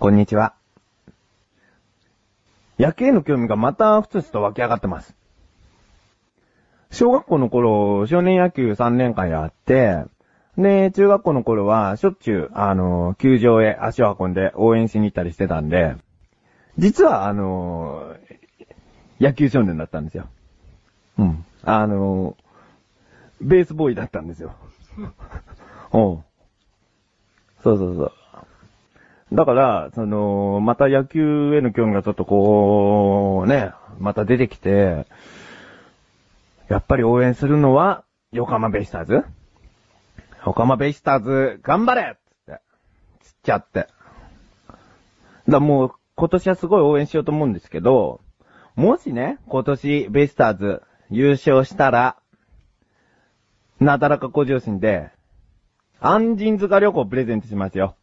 こんにちは。野球への興味がまたふつふつと湧き上がってます。小学校の頃、少年野球3年間やって、で、中学校の頃はしょっちゅう、球場へ足を運んで応援しに行ったりしてたんで、実は、野球少年だったんですよ。うん。ベースボーイだったんですよ。おう。そう。だから、また野球への興味がちょっとまた出てきて、やっぱり応援するのは、横浜ベイスターズ頑張れつっちゃって。もう、今年はすごい応援しようと思うんですけど、もしね、今年ベイスターズ優勝したら、なだらか向上心で、安心塚旅行プレゼントしますよ。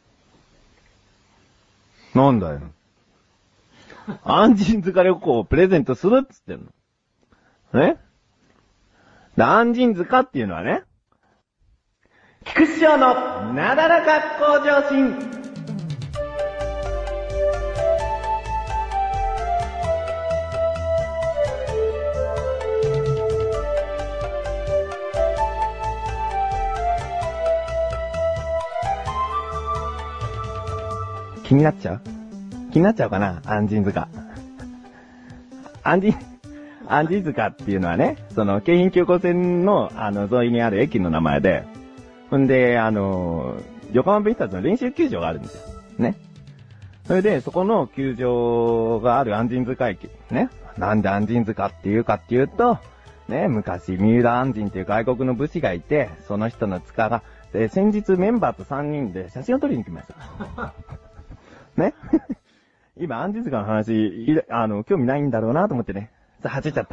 なんだよ。安心塚旅行をプレゼントするっつってんの。安心塚っていうのはね、菊師匠のなだらか向上心。気になっちゃうかな、安心塚。安心塚っていうのはね、京浜急行線の、沿いにある駅の名前で、ほんで、横浜ベイスターズの練習球場があるんですよ。ね。それで、そこの球場がある安心塚駅。ね。なんで安心塚っていうかっていうと、ね、昔、三浦安心っていう外国の武士がいて、その人の塚が、先日メンバーと3人で写真を撮りに来ました。ね。今、安心塚の話、興味ないんだろうなと思ってね。走っちゃった。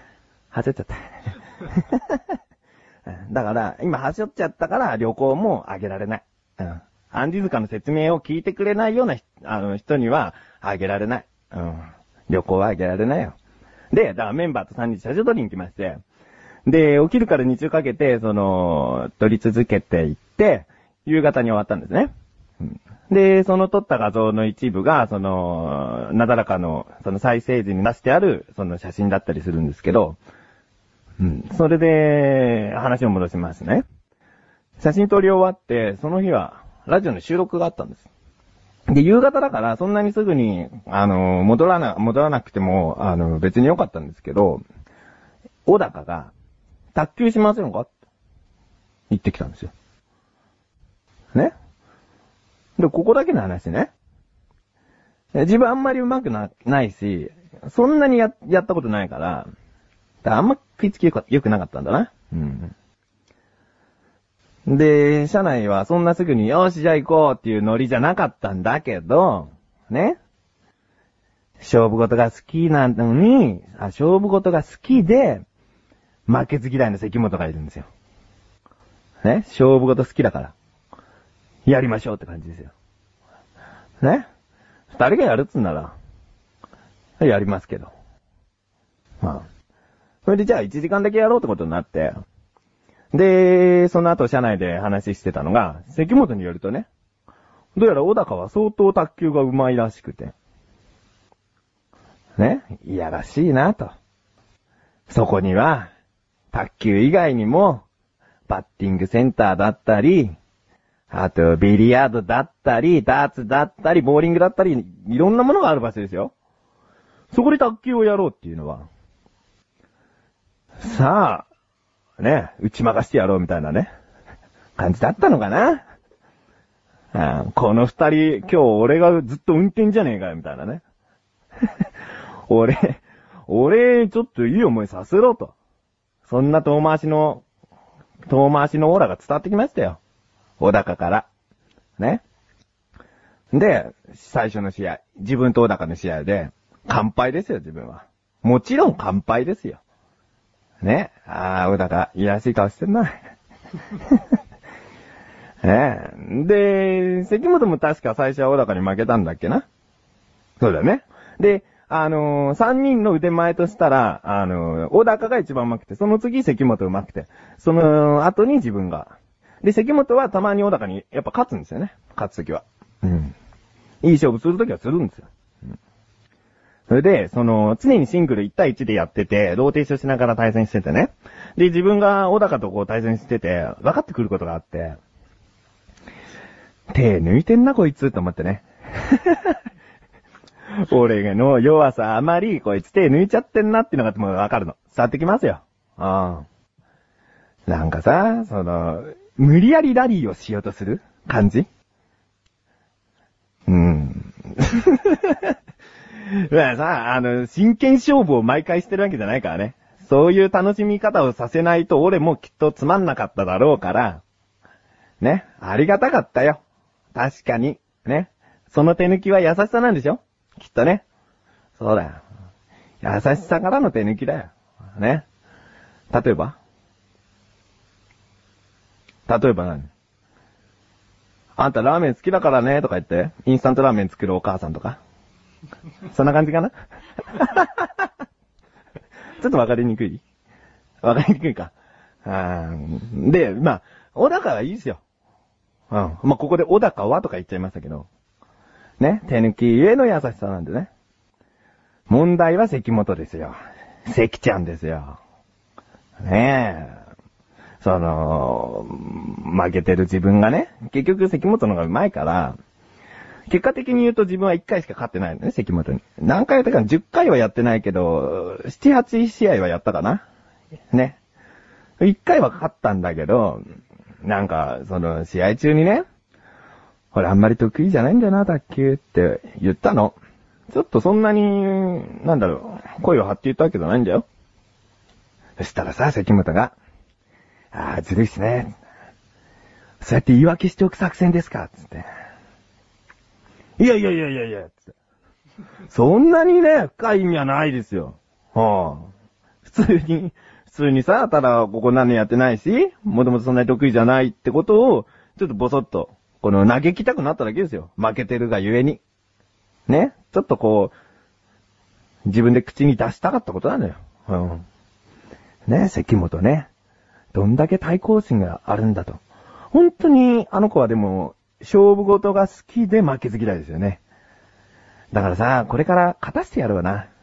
だから、今走っちゃったから旅行もあげられない。安心塚の説明を聞いてくれないような人にはあげられない。旅行はあげられないよ。で、だからメンバーと3人で写真撮りに来まして、で、起きるから日中かけて、撮り続けていって、夕方に終わったんですね。で、その撮った画像の一部が、なだらかの、再生時に出してある、写真だったりするんですけど、それで、話を戻しますね。写真撮り終わって、その日は、ラジオの収録があったんです。で、夕方だから、そんなにすぐに、戻らなくても、別に良かったんですけど、小高が、卓球しませんかって言ってきたんですよ。ね。で、ここだけの話ね。自分あんまり上手くないし、そんなにやったことないから、あんま食いつき良くなかったんだな。で、社内はそんなすぐに、よし、じゃあ行こうっていうノリじゃなかったんだけど、ね。勝負事が好きなのに、勝負事が好きで、負けず嫌いの関本がいるんですよ。ね。勝負事好きだから。やりましょうって感じですよ。ね。二人がやるっつんなら、やりますけど。それでじゃあ1時間だけやろうってことになって、で、その後社内で話してたのが、関本によるとね、どうやら小高は相当卓球が上手いらしくて、ね、いやらしいなと。そこには、卓球以外にも、バッティングセンターだったり、あと、ビリヤードだったり、ダーツだったり、ボーリングだったり、いろんなものがある場所ですよ。そこで卓球をやろうっていうのは、さあ、ね、打ち負かしてやろうみたいなね、感じだったのかな。この二人、今日俺がずっと運転じゃねえかよ、みたいなね。俺、ちょっといい思いさせろと。そんな遠回しのオーラが伝わってきましたよ。小高から。ね。で、最初の試合、自分と小高の試合で、完敗ですよ、自分は。もちろん完敗ですよ。ね。小高、いやらしい顔してんな。ね。で、関本も確か最初は小高に負けたんだっけな。そうだね。で、三人の腕前としたら、小高が一番上手くて、その次関本上手くて、その後に自分が。で、関本はたまに小高にやっぱ勝つんですよね。勝つときは。 いい勝負するときはするんですよ。それで、常にシングル1対1でやってて、ローテーションしながら対戦しててね。で、自分が小高とこう対戦してて、分かってくることがあって、手抜いてんなこいつと思ってね。俺の弱さあまりこいつ手抜いちゃってんなっていうのがもう分かるの。伝わってきますよ。なんかさ、無理やりラリーをしようとする感じまあさ、真剣勝負を毎回してるわけじゃないからね。そういう楽しみ方をさせないと俺もきっとつまんなかっただろうから、ね、ありがたかったよ。確かに、ね。その手抜きは優しさなんでしょ？きっとね。そうだよ。優しさからの手抜きだよ。ね。例えば何？あんたラーメン好きだからねとか言って、インスタントラーメン作るお母さんとか。そんな感じかなちょっとわかりにくいか。で、まあ、小高はいいですよ。まあ、ここで小高はとか言っちゃいましたけど。ね、手抜きゆえの優しさなんでね。問題は関本ですよ。関ちゃんですよ。ねえ。負けてる自分がね、結局関本の方が上手いから、結果的に言うと自分は1回しか勝ってないのね、関本に。何回やったかな ?10 回はやってないけど、7、8試合はやったかなね。1回は勝ったんだけど、なんか、試合中にね、俺あんまり得意じゃないんだよな、卓球って言ったの。ちょっとそんなに、声を張って言ったわけじゃないんだよ。そしたらさ、関本が、ずるいっすね。そうやって言い訳しておく作戦ですかつって。いや、つって。そんなにね、深い意味はないですよ。普通にさ、ただここ何年やってないし、もともとそんなに得意じゃないってことを、ちょっとボソッと、嘆きたくなっただけですよ。負けてるがゆえに。ね。ちょっと自分で口に出したかったことなのよ。ね、関本ね。どんだけ対抗心があるんだと。本当にあの子はでも、勝負事が好きで負けず嫌いですよね。だからさ、これから勝たせてやるわな。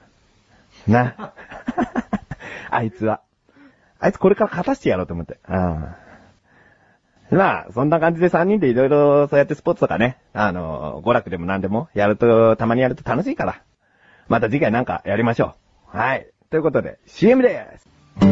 あいつこれから勝たせてやろうと思って。まあ、そんな感じで3人でいろいろそうやってスポーツとかね、娯楽でも何でもたまにやると楽しいから。また次回なんかやりましょう。はい。ということで、CM です。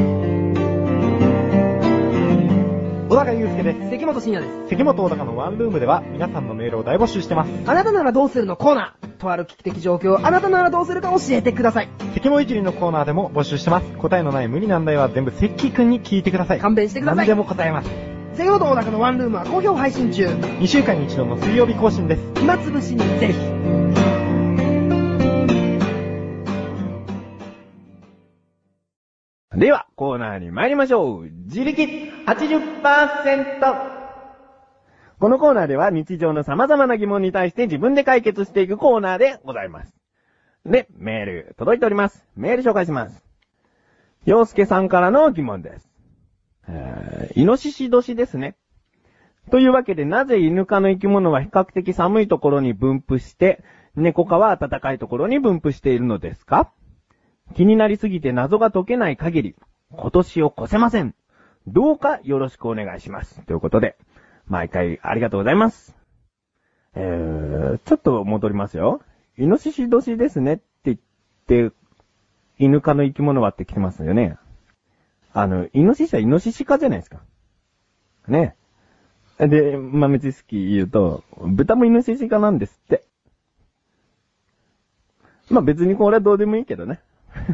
小高祐介です。 関本慎也です。 関本小高のワンルームでは皆さんのメールを大募集してます。 あなたならどうするのコーナー。とある危機的状況、あなたならどうするか教えてください。 関本いじりのコーナーでも募集してます。答えのない無理難題は全部関くんに聞いてください。 勘弁してください。 何でも答えます。 関本小高のワンルームは好評配信中。 2週間に1度の水曜日更新です。 暇つぶしにぜひ。 では、コーナーに参りましょう。自力 80%。このコーナーでは日常の様々な疑問に対して自分で解決していくコーナーでございます。で、メール届いております。メール紹介します。陽介さんからの疑問です。イノシシ年ですね。というわけでなぜ犬科の生き物は比較的寒いところに分布して、猫科は暖かいところに分布しているのですか？気になりすぎて謎が解けない限り、今年を越せません。どうかよろしくお願いします。ということで、毎回ありがとうございます。ちょっと戻りますよ。イノシシ年ですねって言って、犬科の生き物はって来てますよね。イノシシはイノシシ科じゃないですか。ね。で、豆知識言うと、豚もイノシシ科なんですって。まあ別にこれはどうでもいいけどね。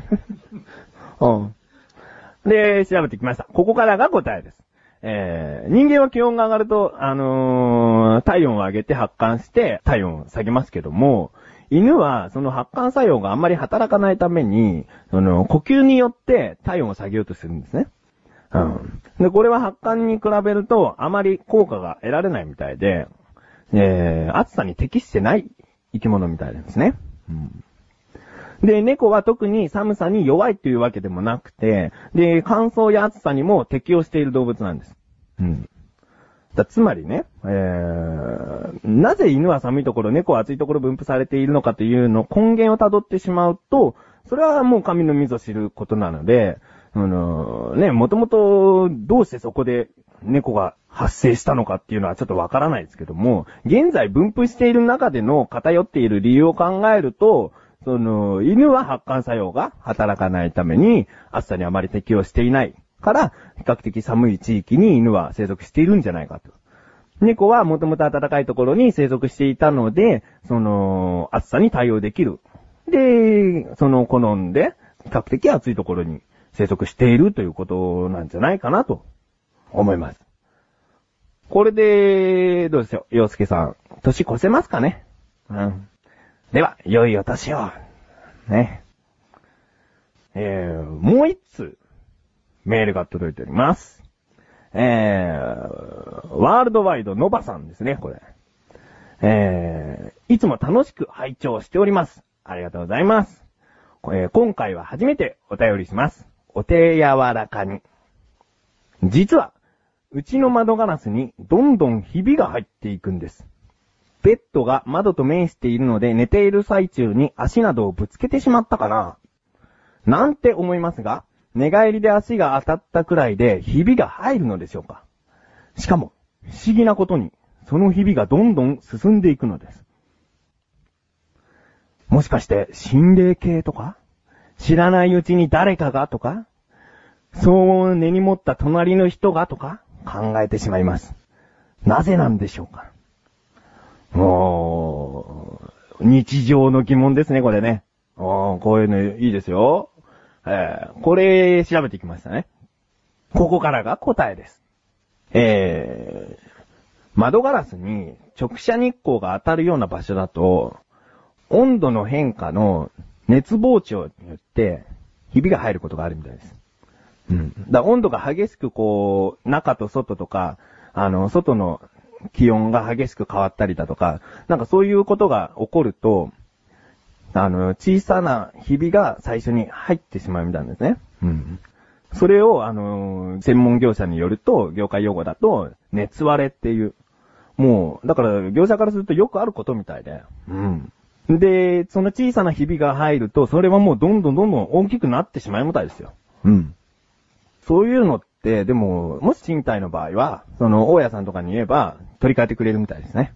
で、調べてきました。ここからが答えです。人間は気温が上がると、体温を上げて発汗して体温を下げますけども、犬はその発汗作用があんまり働かないために、呼吸によって体温を下げようとするんですね。で、これは発汗に比べるとあまり効果が得られないみたいで、暑さに適してない生き物みたいなんですね。で、猫は特に寒さに弱いというわけでもなくて、で、乾燥や暑さにも適応している動物なんです。つまりね、 なぜ犬は寒いところ、猫は暑いところ分布されているのかというの根源をたどってしまうと、それはもう神のみぞ知ることなので、もともとどうしてそこで猫が発生したのかっていうのはちょっとわからないですけども、現在分布している中での偏っている理由を考えると、犬は発汗作用が働かないために、暑さにあまり適応していないから、比較的寒い地域に犬は生息しているんじゃないかと。猫はもともと暖かいところに生息していたので、暑さに対応できる。で、好んで、比較的暑いところに生息しているということなんじゃないかなと思います。これで、どうでしょう、洋介さん、年越せますかね？では、良いお年を。ね。もう一通、メールが届いております。ワールドワイドノバさんですね、これ。いつも楽しく拝聴しております。ありがとうございます。今回は初めてお便りします。お手柔らかに。実は、うちの窓ガラスにどんどんひびが入っていくんです。ベッドが窓と面しているので寝ている最中に足などをぶつけてしまったかななんて思いますが、寝返りで足が当たったくらいでひびが入るのでしょうか。しかも、不思議なことに、そのひびがどんどん進んでいくのです。もしかして心霊系とか？知らないうちに誰かがとか？そう根に持った隣の人がとか考えてしまいます。なぜなんでしょうか。もう、日常の疑問ですね、これね。こういうのいいですよ。これ調べてきましたね。ここからが答えです。窓ガラスに直射日光が当たるような場所だと、温度の変化の熱膨張によってひびが入ることがあるみたいです。温度が激しく中と外とか、外の気温が激しく変わったりだとか、なんかそういうことが起こると、小さなひびが最初に入ってしまうみたいなんですね。それを、専門業者によると、業界用語だと、熱割れっていう。もう、だから、業者からするとよくあることみたいで。で、その小さなひびが入ると、それはもうどんどん大きくなってしまうみたいですよ。そういうのって、でも、もし賃貸の場合は、大家さんとかに言えば、取り替えてくれるみたいですね。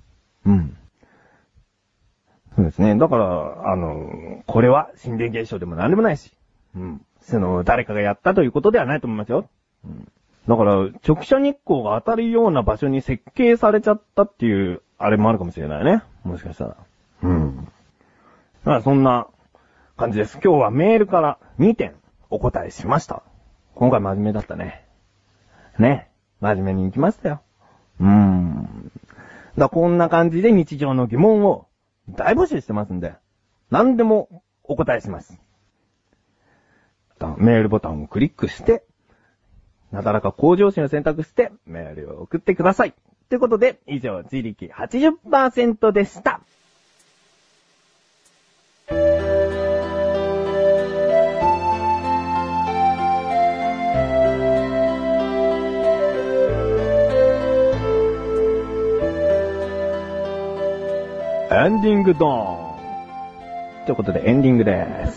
そうですね。だから、これは心霊現象でも何でもないし、誰かがやったということではないと思いますよ。だから、直射日光が当たるような場所に設計されちゃったっていう、あれもあるかもしれないね。もしかしたら。だからそんな感じです。今日はメールから2点お答えしました。今回真面目だったね。真面目に行きましたよ。こんな感じで日常の疑問を大募集してますんで、何でもお答えします。メールボタンをクリックして、なだらか向上心を選択してメールを送ってください。ということで、以上、自力 80% でした。エンディングドーンということでエンディングです。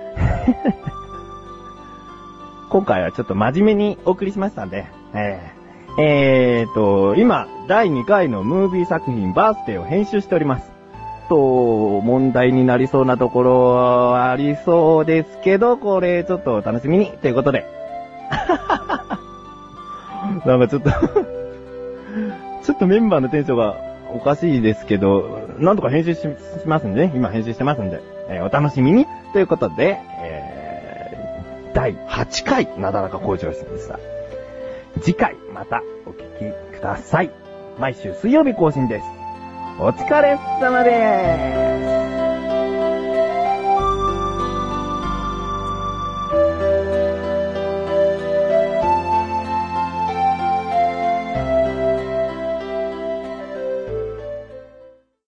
今回はちょっと真面目にお送りしましたんで、今、第2回のムービー作品バースデーを編集しております。問題になりそうなところありそうですけど、これちょっとお楽しみにということで。なんかちょっとメンバーのテンションがおかしいですけど、なんとか編集しますんでね。今編集してますんで、お楽しみにということで、第8回なだらか向上心でした。次回またお聞きください。毎週水曜日更新です。お疲れ様です。